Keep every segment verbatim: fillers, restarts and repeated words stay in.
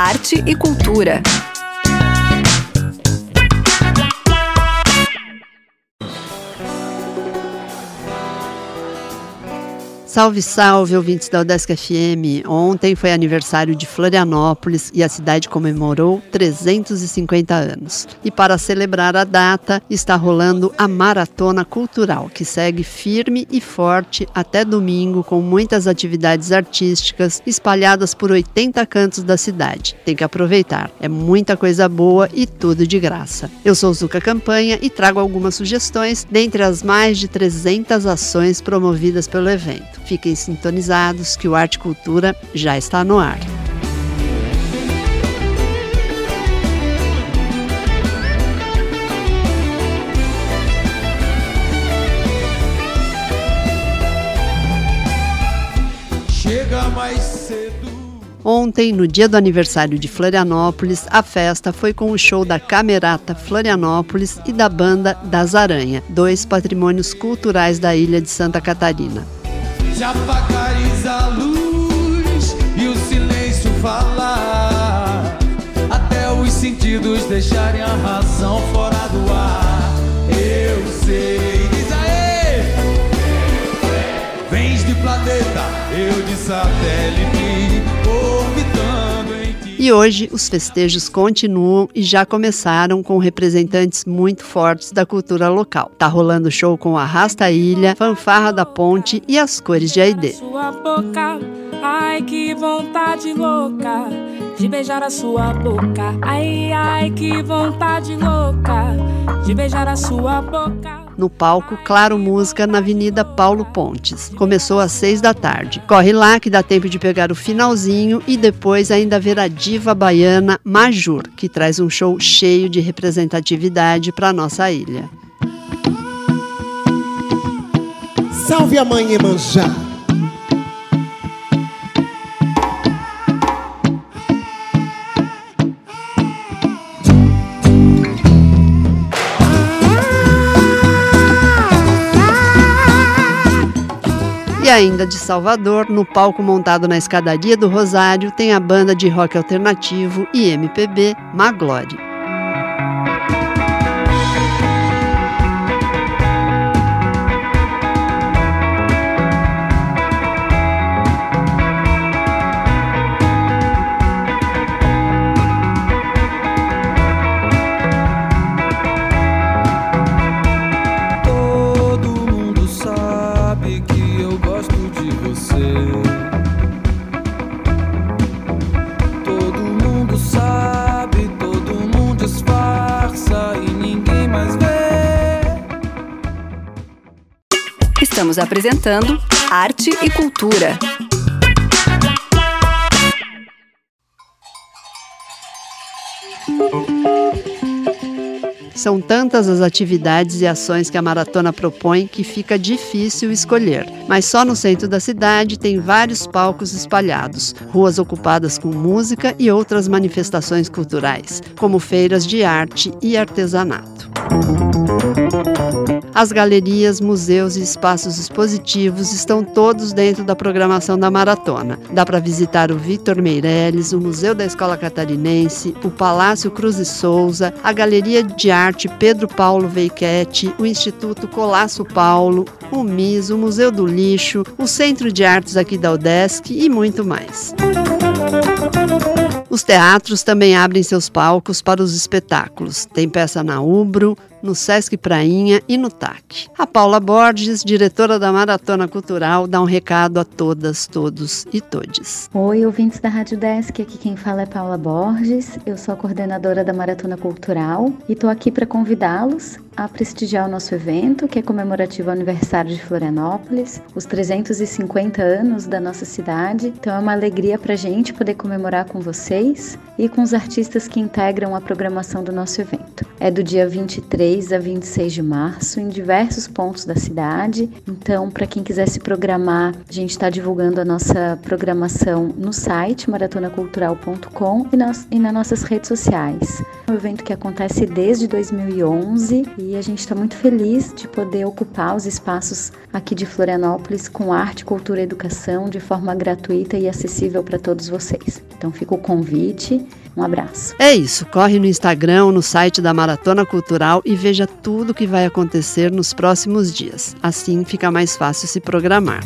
arte e cultura. Salve, salve, ouvintes da Udesc F M. Ontem foi aniversário de Florianópolis e a cidade comemorou trezentos e cinquenta anos. E para celebrar a data, está rolando a Maratona Cultural, que segue firme e forte até domingo, com muitas atividades artísticas espalhadas por oitenta cantos da cidade. Tem que aproveitar, é muita coisa boa e tudo de graça. Eu sou Zuca Campanha e trago algumas sugestões dentre as mais de trezentas ações promovidas pelo evento. Fiquem sintonizados que o Arte e Cultura já está no ar. Chega mais cedo. Ontem, no dia do aniversário de Florianópolis, a festa foi com o show da Camerata Florianópolis e da banda Das Aranha, dois patrimônios culturais da ilha de Santa Catarina. Se apagares a luz e o silêncio falar, até os sentidos deixarem a razão fora do ar. Eu sei, diz aê! Vens de planeta, eu de satélite, orbitando em ti. E hoje os festejos continuam e já começaram com representantes muito fortes da cultura local. Tá rolando show com Arrasta Ilha, Fanfarra da Ponte e as Cores de Aidê. Sua boca, ai que vontade louca de beijar a sua boca. Ai, ai que vontade louca de beijar a sua boca. No palco, Claro Música, na Avenida Paulo Pontes. Começou às seis da tarde. Corre lá que dá tempo de pegar o finalzinho e depois ainda ver a diva baiana Majur, que traz um show cheio de representatividade para nossa ilha. Salve a mãe Iemanjá! E ainda de Salvador, no palco montado na escadaria do Rosário, tem a banda de rock alternativo e M P B Maglore. Todo mundo sabe, todo mundo disfarça e ninguém mais vê. Estamos apresentando Arte e Cultura. São tantas as atividades e ações que a maratona propõe que fica difícil escolher. Mas só no centro da cidade tem vários palcos espalhados, ruas ocupadas com música e outras manifestações culturais, como feiras de arte e artesanato. As galerias, museus e espaços expositivos estão todos dentro da programação da maratona. Dá para visitar o Victor Meirelles, o Museu da Escola Catarinense, o Palácio Cruz e Souza, a Galeria de Arte Pedro Paulo Veichetti, o Instituto Colasso Paulo, o M I S, o Museu do Lixo, o Centro de Artes aqui da Udesc e muito mais. Os teatros também abrem seus palcos para os espetáculos. Tem peça na Ubro, no Sesc Prainha e no T A C. A Paula Borges, diretora da Maratona Cultural, dá um recado a todas, todos e todes. Oi, ouvintes da Rádio Udesc, aqui quem fala é Paula Borges, eu sou a coordenadora da Maratona Cultural e estou aqui para convidá-los a prestigiar o nosso evento, que é comemorativo ao aniversário de Florianópolis, os trezentos e cinquenta anos da nossa cidade. Então é uma alegria para a gente poder comemorar com vocês e com os artistas que integram a programação do nosso evento. é do dia vinte e três a vinte e seis de março, em diversos pontos da cidade. Então, para quem quiser se programar, a gente está divulgando a nossa programação no site maratona cultural ponto com e nas, e nas nossas redes sociais. É um evento que acontece desde dois mil e onze e a gente está muito feliz de poder ocupar os espaços aqui de Florianópolis com arte, cultura e educação de forma gratuita e acessível para todos vocês. Então fica o convite, um abraço. É isso, corre no Instagram, no site da Maratona Cultural e veja tudo o que vai acontecer nos próximos dias. Assim fica mais fácil se programar.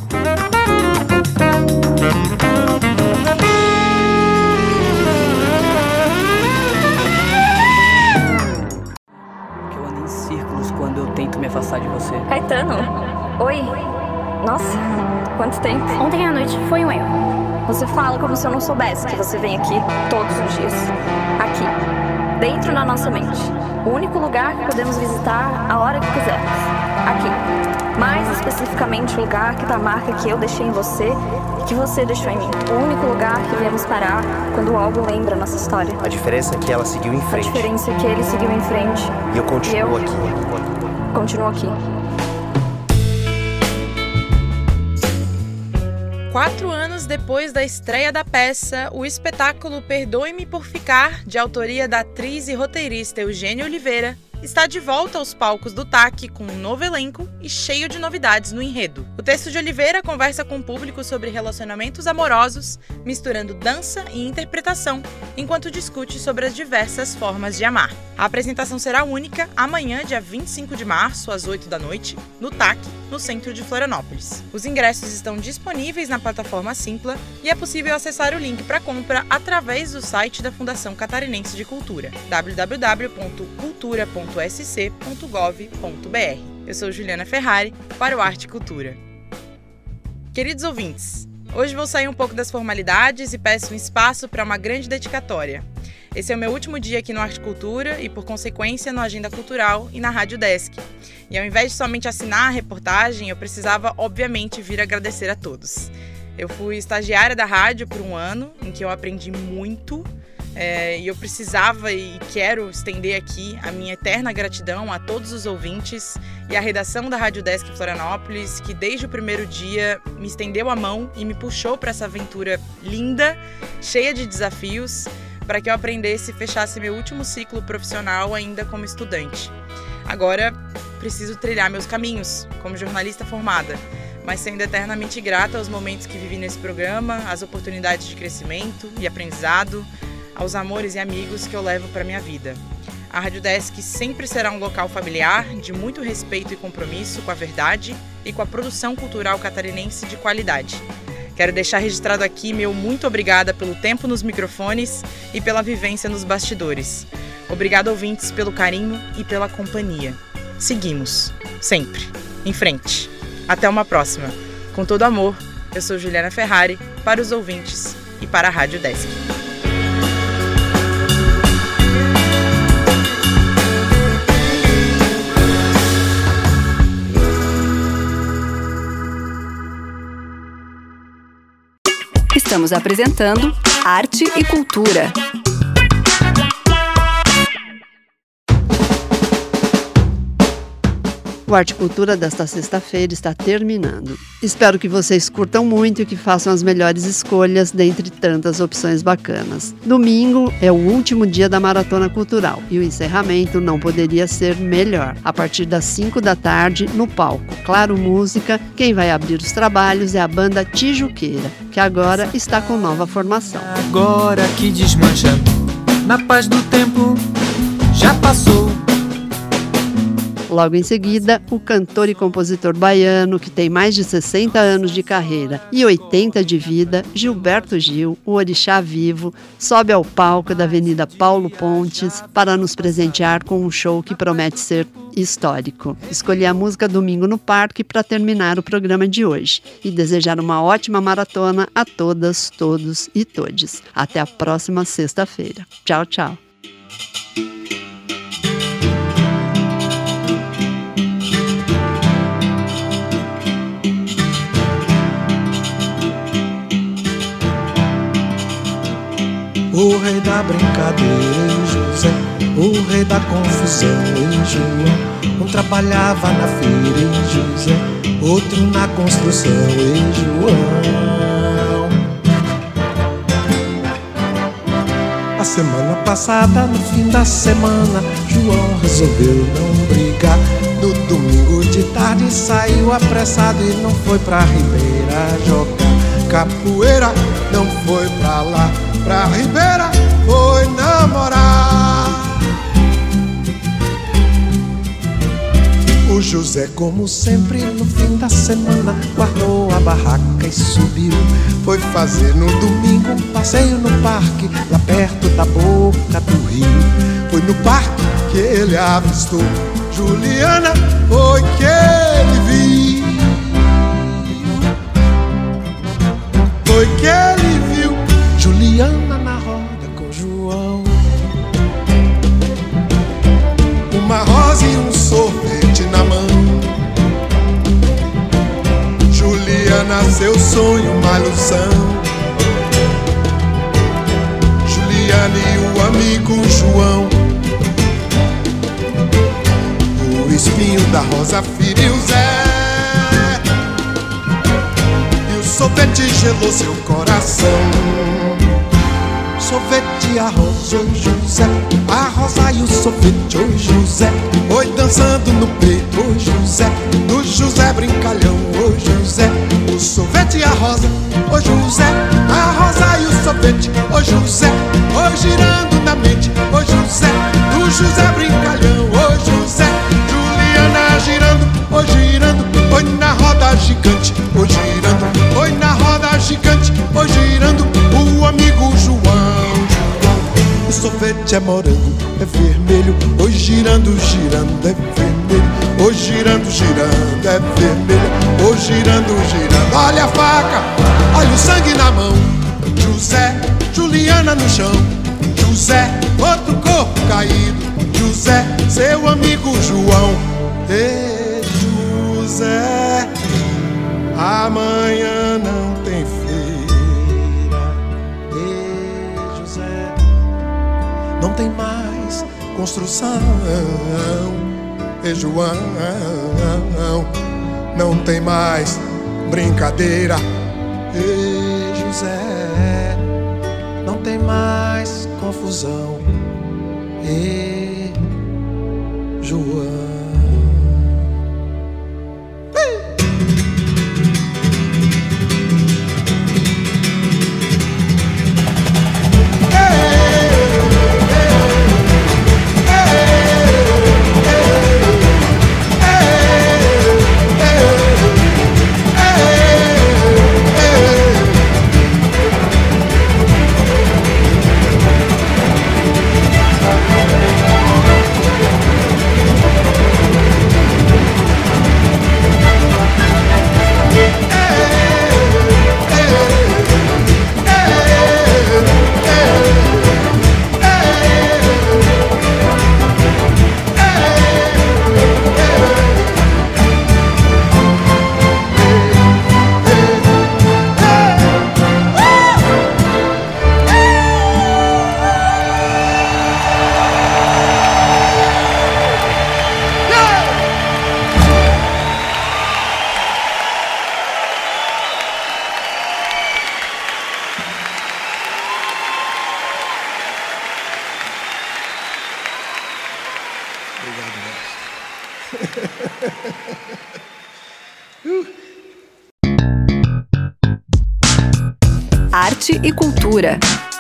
Eu ando em círculos quando eu tento me afastar de você. Caetano, oi. Nossa, quanto tempo. Ontem à noite foi um erro. Você fala como se eu não soubesse que você vem aqui todos os dias. Aqui, dentro da nossa mente. O único lugar que podemos visitar a hora que quisermos. Aqui. Mais especificamente o lugar que tá a marca que eu deixei em você e que você deixou em mim. O único lugar que viemos parar quando algo lembra a nossa história. A diferença é que ela seguiu em frente. A diferença é que ele seguiu em frente. E eu continuo e eu aqui. Continuo aqui. Quatro anos depois da estreia da peça, o espetáculo Perdoe-me por Ficar, de autoria da atriz e roteirista Eugênia Oliveira, está de volta aos palcos do T A C com um novo elenco e cheio de novidades no enredo. O texto de Oliveira conversa com o público sobre relacionamentos amorosos, misturando dança e interpretação, enquanto discute sobre as diversas formas de amar. A apresentação será única amanhã, dia vinte e cinco de março, às oito da noite, no T A C, no centro de Florianópolis. Os ingressos estão disponíveis na plataforma Simpla e é possível acessar o link para compra através do site da Fundação Catarinense de Cultura, w w w ponto cultura ponto s c ponto gov ponto b r. Eu sou Juliana Ferrari, para o Arte e Cultura. Queridos ouvintes, hoje vou sair um pouco das formalidades e peço um espaço para uma grande dedicatória. Esse é o meu último dia aqui no Arte e Cultura e, por consequência, no Agenda Cultural e na Rádio Desk. E ao invés de somente assinar a reportagem, eu precisava, obviamente, vir agradecer a todos. Eu fui estagiária da rádio por um ano, em que eu aprendi muito, é, e eu precisava e quero estender aqui a minha eterna gratidão a todos os ouvintes e à redação da Rádio Desk Florianópolis, que desde o primeiro dia me estendeu a mão e me puxou para essa aventura linda, cheia de desafios, para que eu aprendesse e fechasse meu último ciclo profissional ainda como estudante. Agora, preciso trilhar meus caminhos como jornalista formada, mas sendo eternamente grata aos momentos que vivi nesse programa, às oportunidades de crescimento e aprendizado, aos amores e amigos que eu levo para minha vida. A Rádio Desk sempre será um local familiar, de muito respeito e compromisso com a verdade e com a produção cultural catarinense de qualidade. Quero deixar registrado aqui meu muito obrigada pelo tempo nos microfones e pela vivência nos bastidores. Obrigado, ouvintes, pelo carinho e pela companhia. Seguimos, sempre, em frente. Até uma próxima. Com todo amor, eu sou Juliana Ferrari, para os ouvintes e para a Rádio Desk. Estamos apresentando Arte e Cultura. O Arte e Cultura desta sexta-feira está terminando. Espero que vocês curtam muito e que façam as melhores escolhas dentre tantas opções bacanas. Domingo é o último dia da Maratona Cultural e o encerramento não poderia ser melhor. A partir das cinco da tarde, no palco Claro Música, quem vai abrir os trabalhos é a banda Tijuqueira, que agora está com nova formação. Agora que desmancha, na paz do tempo, já passou. Logo em seguida, o cantor e compositor baiano, que tem mais de sessenta anos de carreira e oitenta de vida, Gilberto Gil, o orixá vivo, sobe ao palco da Avenida Paulo Pontes para nos presentear com um show que promete ser histórico. Escolhi a música Domingo no Parque para terminar o programa de hoje e desejar uma ótima maratona a todas, todos e todes. Até a próxima sexta-feira. Tchau, tchau. o rei da brincadeira, e José, o rei da confusão, e João, um trabalhava na feira, e José, outro na construção, e João. A semana passada, no fim da semana, João resolveu não brigar. No domingo de tarde saiu apressado e não foi pra Ribeira jogar capoeira, não foi pra lá, pra Ribeira foi namorar. O José, como sempre, no fim da semana, guardou a barraca e subiu. Foi fazer no domingo um passeio no parque, lá perto da boca do rio. Foi no parque que ele avistou Juliana, foi que ele viu. Foi que ele viu Juliana na roda com João. Uma rosa e um sorvete na mão. Juliana, seu sonho, uma ilusão. Juliana e o amigo João. O espinho da rosa feriu Zé, e o sorvete gelou seu coração. Sorvete, a rosa, oi José, a rosa e o sorvete, oi José. Oi dançando no peito, oi José, do José brincalhão, oi José. O sorvete e a rosa, oi José, a rosa e o sorvete, oi José. Oi girando na mente, oi José, do José brincalhão, oi José. Juliana girando, oi girando, oi na roda gigante, oi girando, oi na roda gigante, oi girando, o amigo João. O sorvete é morango, é vermelho, oi girando, girando, é vermelho. Oi girando, girando, é vermelho. Oi girando, girando, olha a faca, olha o sangue na mão. José, Juliana no chão. José, outro corpo caído. José, seu amigo João. Ei, José, amanhã não tem feira. Ei, José, não tem mais construção. Ei, João, não tem mais brincadeira. Ei, José, não tem mais confusão. Ei, João. Arte e cultura.